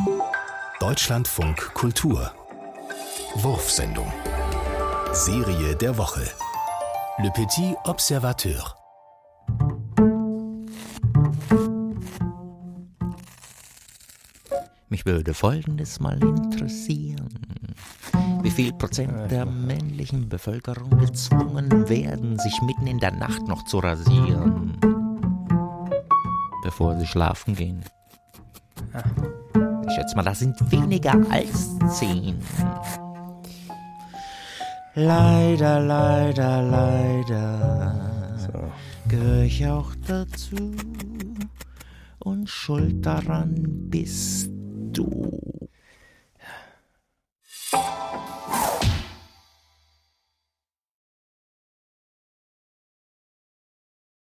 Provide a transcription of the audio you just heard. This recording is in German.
Deutschlandfunk Kultur Wurfsendung Serie der Woche Le Petit Observateur. Mich würde Folgendes mal interessieren. Wie viel Prozent der männlichen Bevölkerung gezwungen werden, sich mitten in der Nacht noch zu rasieren, bevor sie schlafen gehen? Ich schätze mal, das sind weniger als 10. Leider gehöre ich auch dazu und schuld daran bist du.